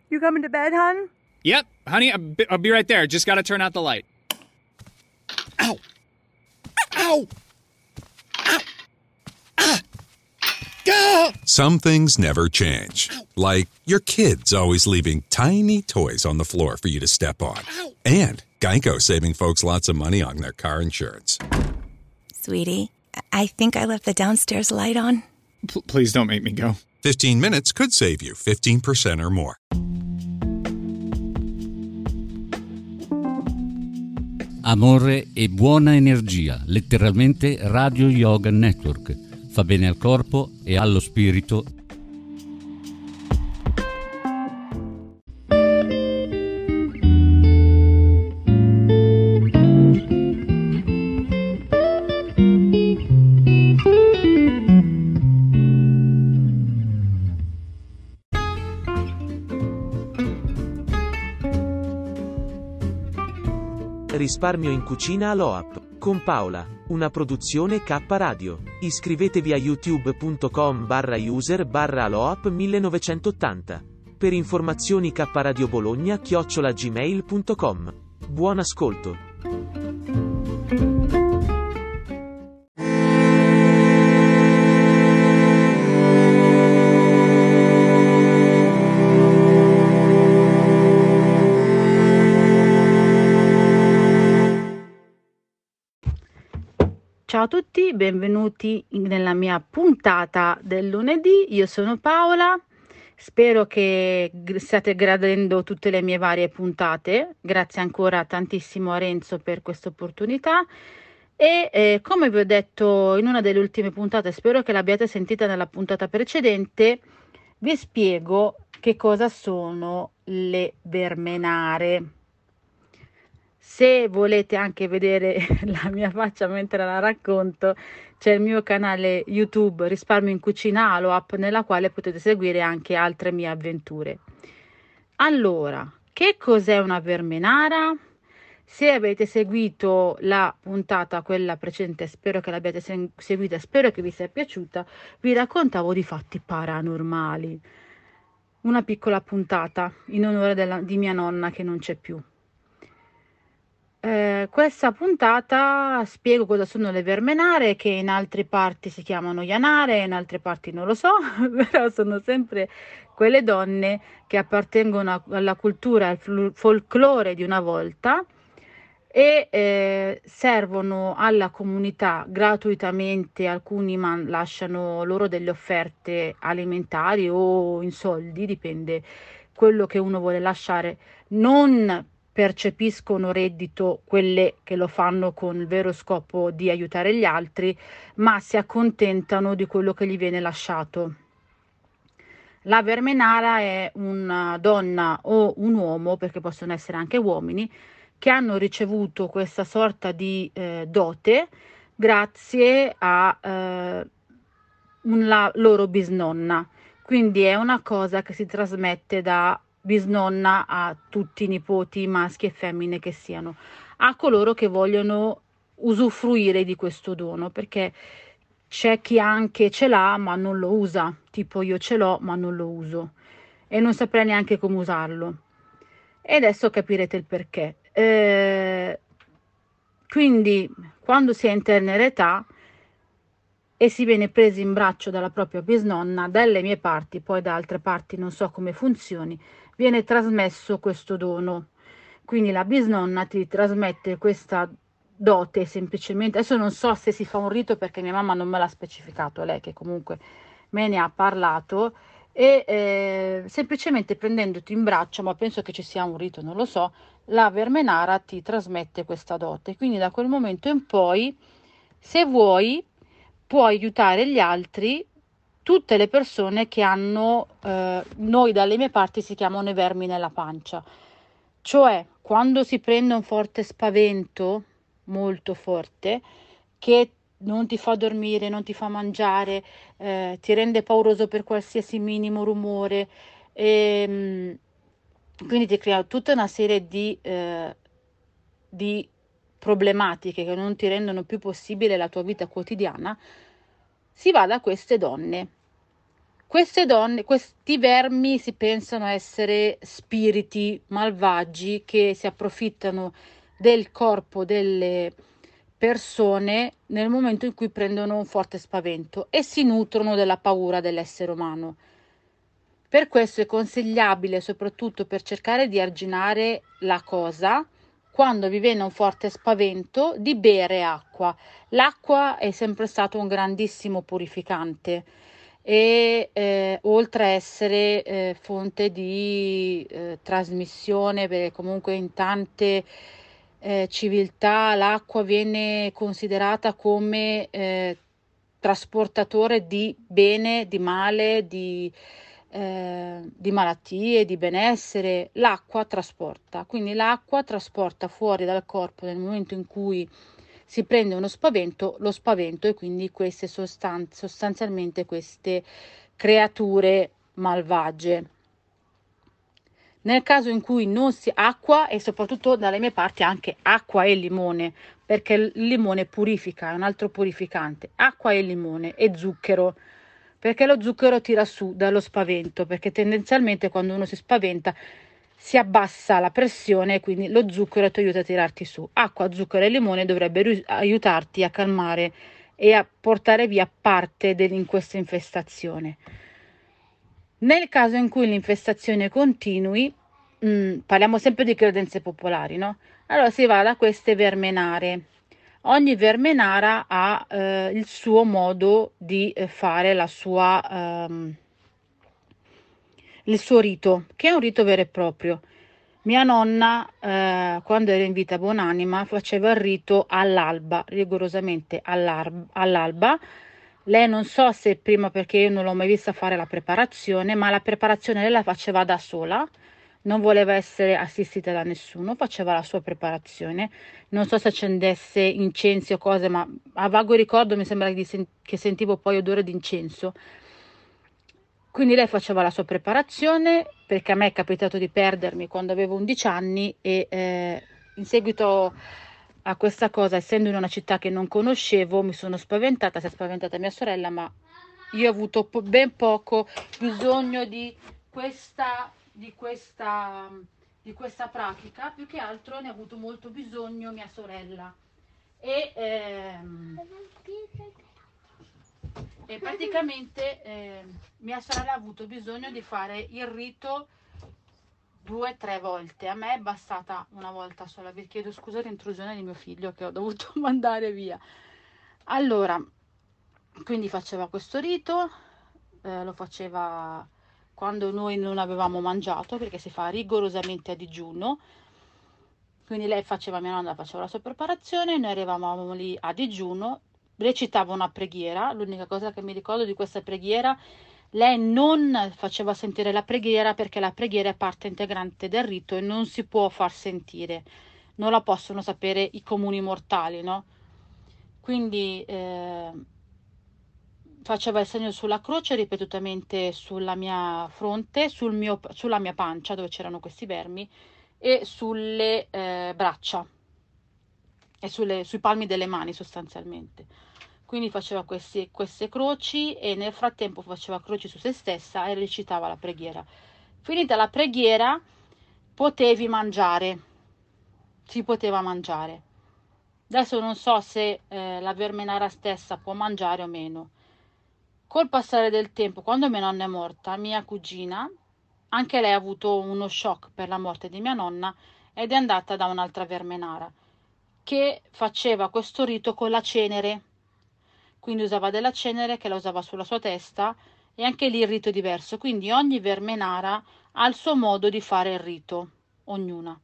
You coming to bed, hon? Yep, honey, I'll be right there. Just gotta turn out the light. Ow! Ow! Ow! Ah! Gah! Some things never change. Like your kids always leaving tiny toys on the floor for you to step on. And Geico saving folks lots of money on their car insurance. Sweetie, I think I left the downstairs light on. Please don't make me go. 15 minutes could save you 15% or more. Amore e buona energia, letteralmente Radio Yoga Network. Fa bene al corpo e allo spirito. Risparmio in cucina all'OAP con Paola, una produzione K Radio. Iscrivetevi a youtube.com/user/aloap 1980. Per informazioni kradiobologna@gmail.com. Buon ascolto. Ciao a tutti, benvenuti nella mia puntata del lunedì. Io sono Paola, spero che stiate gradendo tutte le mie varie puntate. Grazie ancora tantissimo a Renzo per questa opportunità e come vi ho detto in una delle ultime puntate, spero che l'abbiate sentita nella puntata precedente, vi spiego che cosa sono le vermenare. Se volete anche vedere la mia faccia mentre la racconto, c'è il mio canale YouTube Risparmio in Cucina Aloap, nella quale potete seguire anche altre mie avventure. Allora, che cos'è una vermenara? Se avete seguito la puntata, quella precedente, spero che l'abbiate seguita, spero che vi sia piaciuta, vi raccontavo di fatti paranormali. Una piccola puntata in onore di mia nonna che non c'è più. Questa puntata spiego cosa sono le vermenare, che in altre parti si chiamano ianare, in altre parti non lo so, però sono sempre quelle donne che appartengono alla cultura, al folklore di una volta e servono alla comunità gratuitamente. Alcuni lasciano loro delle offerte alimentari o in soldi, dipende quello che uno vuole lasciare. Non percepiscono reddito quelle che lo fanno con il vero scopo di aiutare gli altri, ma si accontentano di quello che gli viene lasciato. La vermenara è una donna o un uomo, perché possono essere anche uomini, che hanno ricevuto questa sorta di dote grazie a una loro bisnonna. Quindi è una cosa che si trasmette da bisnonna a tutti i nipoti, maschi e femmine che siano, a coloro che vogliono usufruire di questo dono, perché c'è chi anche ce l'ha ma non lo usa, tipo io ce l'ho ma non lo uso e non saprei neanche come usarlo, e adesso capirete il perché. Quindi quando si è in tenera età e si viene presi in braccio dalla propria bisnonna, dalle mie parti, poi da altre parti non so come funzioni, viene trasmesso questo dono. Quindi la bisnonna ti trasmette questa dote semplicemente. Adesso non so se si fa un rito perché mia mamma non me l'ha specificato, lei che comunque me ne ha parlato, e semplicemente prendendoti in braccio, ma penso che ci sia un rito, non lo so, la vermenara ti trasmette questa dote. Quindi da quel momento in poi, se vuoi, puoi aiutare gli altri, tutte le persone che hanno, noi dalle mie parti si chiamano i vermi nella pancia, cioè quando si prende un forte spavento, molto forte, che non ti fa dormire, non ti fa mangiare, ti rende pauroso per qualsiasi minimo rumore, quindi ti crea tutta una serie di problematiche che non ti rendono più possibile la tua vita quotidiana, si va da queste donne. Queste donne, questi vermi si pensano essere spiriti malvagi che si approfittano del corpo delle persone nel momento in cui prendono un forte spavento e si nutrono della paura dell'essere umano. Per questo è consigliabile, soprattutto per cercare di arginare la cosa, quando vi viene un forte spavento, di bere acqua. L'acqua è sempre stato un grandissimo purificante e oltre a essere fonte di trasmissione, perché comunque in tante civiltà l'acqua viene considerata come trasportatore di bene, di male, di malattie, di benessere. L'acqua trasporta, quindi l'acqua trasporta fuori dal corpo nel momento in cui si prende uno spavento, lo spavento, e quindi queste sostanzialmente queste creature malvagie. Nel caso in cui non si acqua, e soprattutto dalle mie parti anche acqua e limone, perché il limone purifica, è un altro purificante, acqua e limone e zucchero, perché lo zucchero tira su dallo spavento, perché tendenzialmente quando uno si spaventa si abbassa la pressione e quindi lo zucchero ti aiuta a tirarti su. Acqua, zucchero e limone dovrebbero aiutarti a calmare e a portare via parte in questa infestazione. Nel caso in cui l'infestazione continui, parliamo sempre di credenze popolari, no? Allora si va da queste vermenare. Ogni vermenara ha il suo modo di fare il suo rito, che è un rito vero e proprio. Mia nonna, quando era in vita buonanima, faceva il rito all'alba, rigorosamente all'alba. Lei non so se prima, perché io non l'ho mai vista fare la preparazione, ma la preparazione lei la faceva da sola, non voleva essere assistita da nessuno, faceva la sua preparazione. Non so se accendesse incensi o cose, ma a vago ricordo mi sembra che sentivo poi odore di incenso. Quindi lei faceva la sua preparazione, perché a me è capitato di perdermi quando avevo 11 anni e in seguito a questa cosa, essendo in una città che non conoscevo, mi sono spaventata, si è spaventata mia sorella, ma io ho avuto ben poco bisogno di questa pratica, più che altro ne ha avuto molto bisogno mia sorella. E praticamente mia sorella ha avuto bisogno di fare il rito 2 o 3 volte. A me è bastata una volta sola. Vi chiedo scusa l'intrusione di mio figlio che ho dovuto mandare via. Allora, quindi faceva questo rito, lo faceva quando noi non avevamo mangiato, perché si fa rigorosamente a digiuno. Quindi lei faceva, mia nonna faceva la sua preparazione, noi eravamo lì a digiuno, recitava una preghiera. L'unica cosa che mi ricordo di questa preghiera, lei non faceva sentire la preghiera, perché la preghiera è parte integrante del rito e non si può far sentire, non la possono sapere i comuni mortali, no? Quindi faceva il segno sulla croce ripetutamente sulla mia fronte, sulla mia pancia dove c'erano questi vermi, e sulle braccia e sui palmi delle mani sostanzialmente. Quindi faceva queste croci e nel frattempo faceva croci su se stessa e recitava la preghiera. Finita la preghiera potevi mangiare, si poteva mangiare. Adesso non so se la vermenara stessa può mangiare o meno. Col passare del tempo, quando mia nonna è morta, mia cugina, anche lei ha avuto uno shock per la morte di mia nonna ed è andata da un'altra vermenara che faceva questo rito con la cenere. Quindi usava della cenere che la usava sulla sua testa, e anche lì il rito è diverso. Quindi ogni vermenara ha il suo modo di fare il rito, ognuna.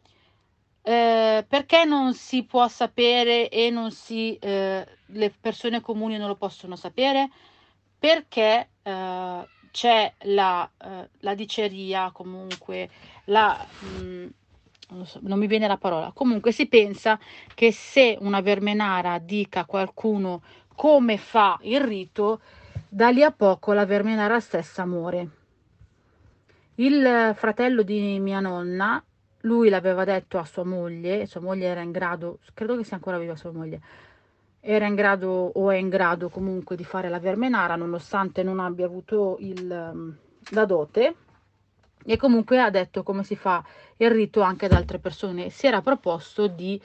Perché non si può sapere e le persone comuni non lo possono sapere? Perché c'è la diceria, comunque non mi viene la parola. Comunque si pensa che se una vermenara dica a qualcuno come fa il rito, da lì a poco la vermenara stessa muore. Il fratello di mia nonna, lui l'aveva detto a sua moglie era in grado, credo che sia ancora viva sua moglie, era in grado o è in grado comunque di fare la vermenara, nonostante non abbia avuto la dote, e comunque ha detto come si fa il rito anche ad altre persone. Si era proposto di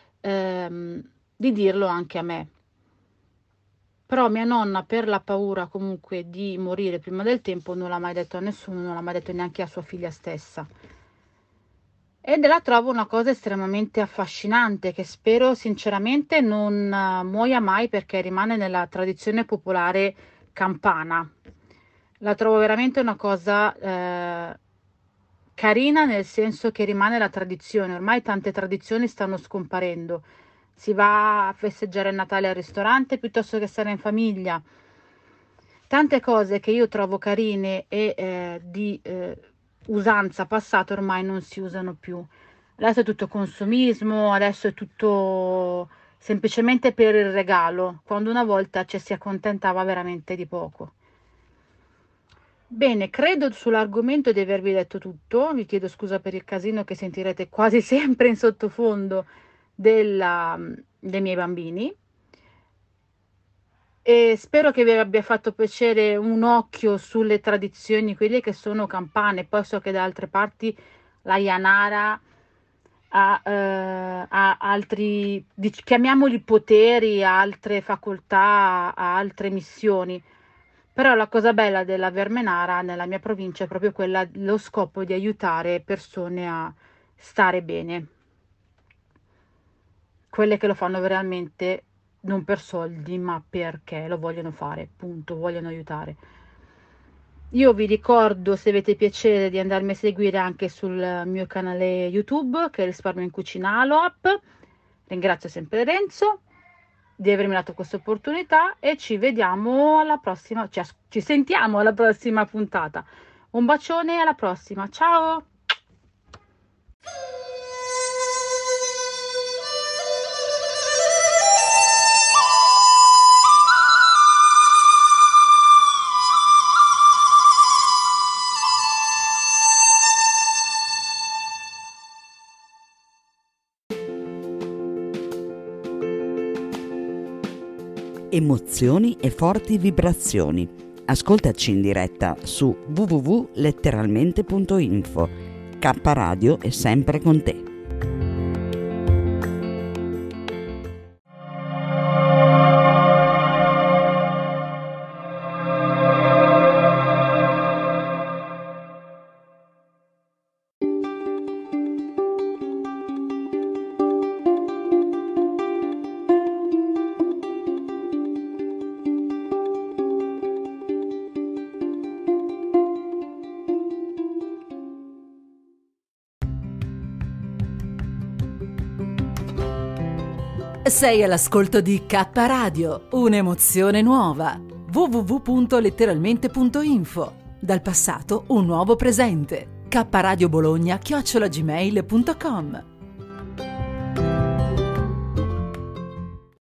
dirlo anche a me, però mia nonna, per la paura comunque di morire prima del tempo, non l'ha mai detto a nessuno, non l'ha mai detto neanche a sua figlia stessa. Ed la trovo una cosa estremamente affascinante, che spero sinceramente non muoia mai, perché rimane nella tradizione popolare campana. La trovo veramente una cosa carina, nel senso che rimane la tradizione. Ormai tante tradizioni stanno scomparendo. Si va a festeggiare il Natale al ristorante piuttosto che stare in famiglia. Tante cose che io trovo carine e di usanza passata ormai non si usano più. Adesso è tutto consumismo, adesso è tutto semplicemente per il regalo, quando una volta ci si accontentava veramente di poco. Bene, credo sull'argomento di avervi detto tutto. Vi chiedo scusa per il casino che sentirete quasi sempre in sottofondo dei miei bambini, e spero che vi abbia fatto piacere un occhio sulle tradizioni, quelle che sono campane. Poi so che da altre parti la Janara ha altri, chiamiamoli poteri, ha altre facoltà, ha altre missioni. Però la cosa bella della vermenara nella mia provincia è proprio quella, lo scopo di aiutare persone a stare bene, quelle che lo fanno veramente non per soldi, ma perché lo vogliono fare, punto, vogliono aiutare. Io vi ricordo, se avete piacere, di andarmi a seguire anche sul mio canale YouTube, che è Risparmio in Cucina Aloap. Ringrazio sempre Renzo di avermi dato questa opportunità, e ci vediamo alla prossima, ci sentiamo alla prossima puntata. Un bacione e alla prossima, ciao! Emozioni e forti vibrazioni. Ascoltaci in diretta su www.letteralmente.info. K Radio è sempre con te. Sei all'ascolto di K Radio, un'emozione nuova. www.letteralmente.info. Dal passato un nuovo presente. kradiobologna@gmail.com.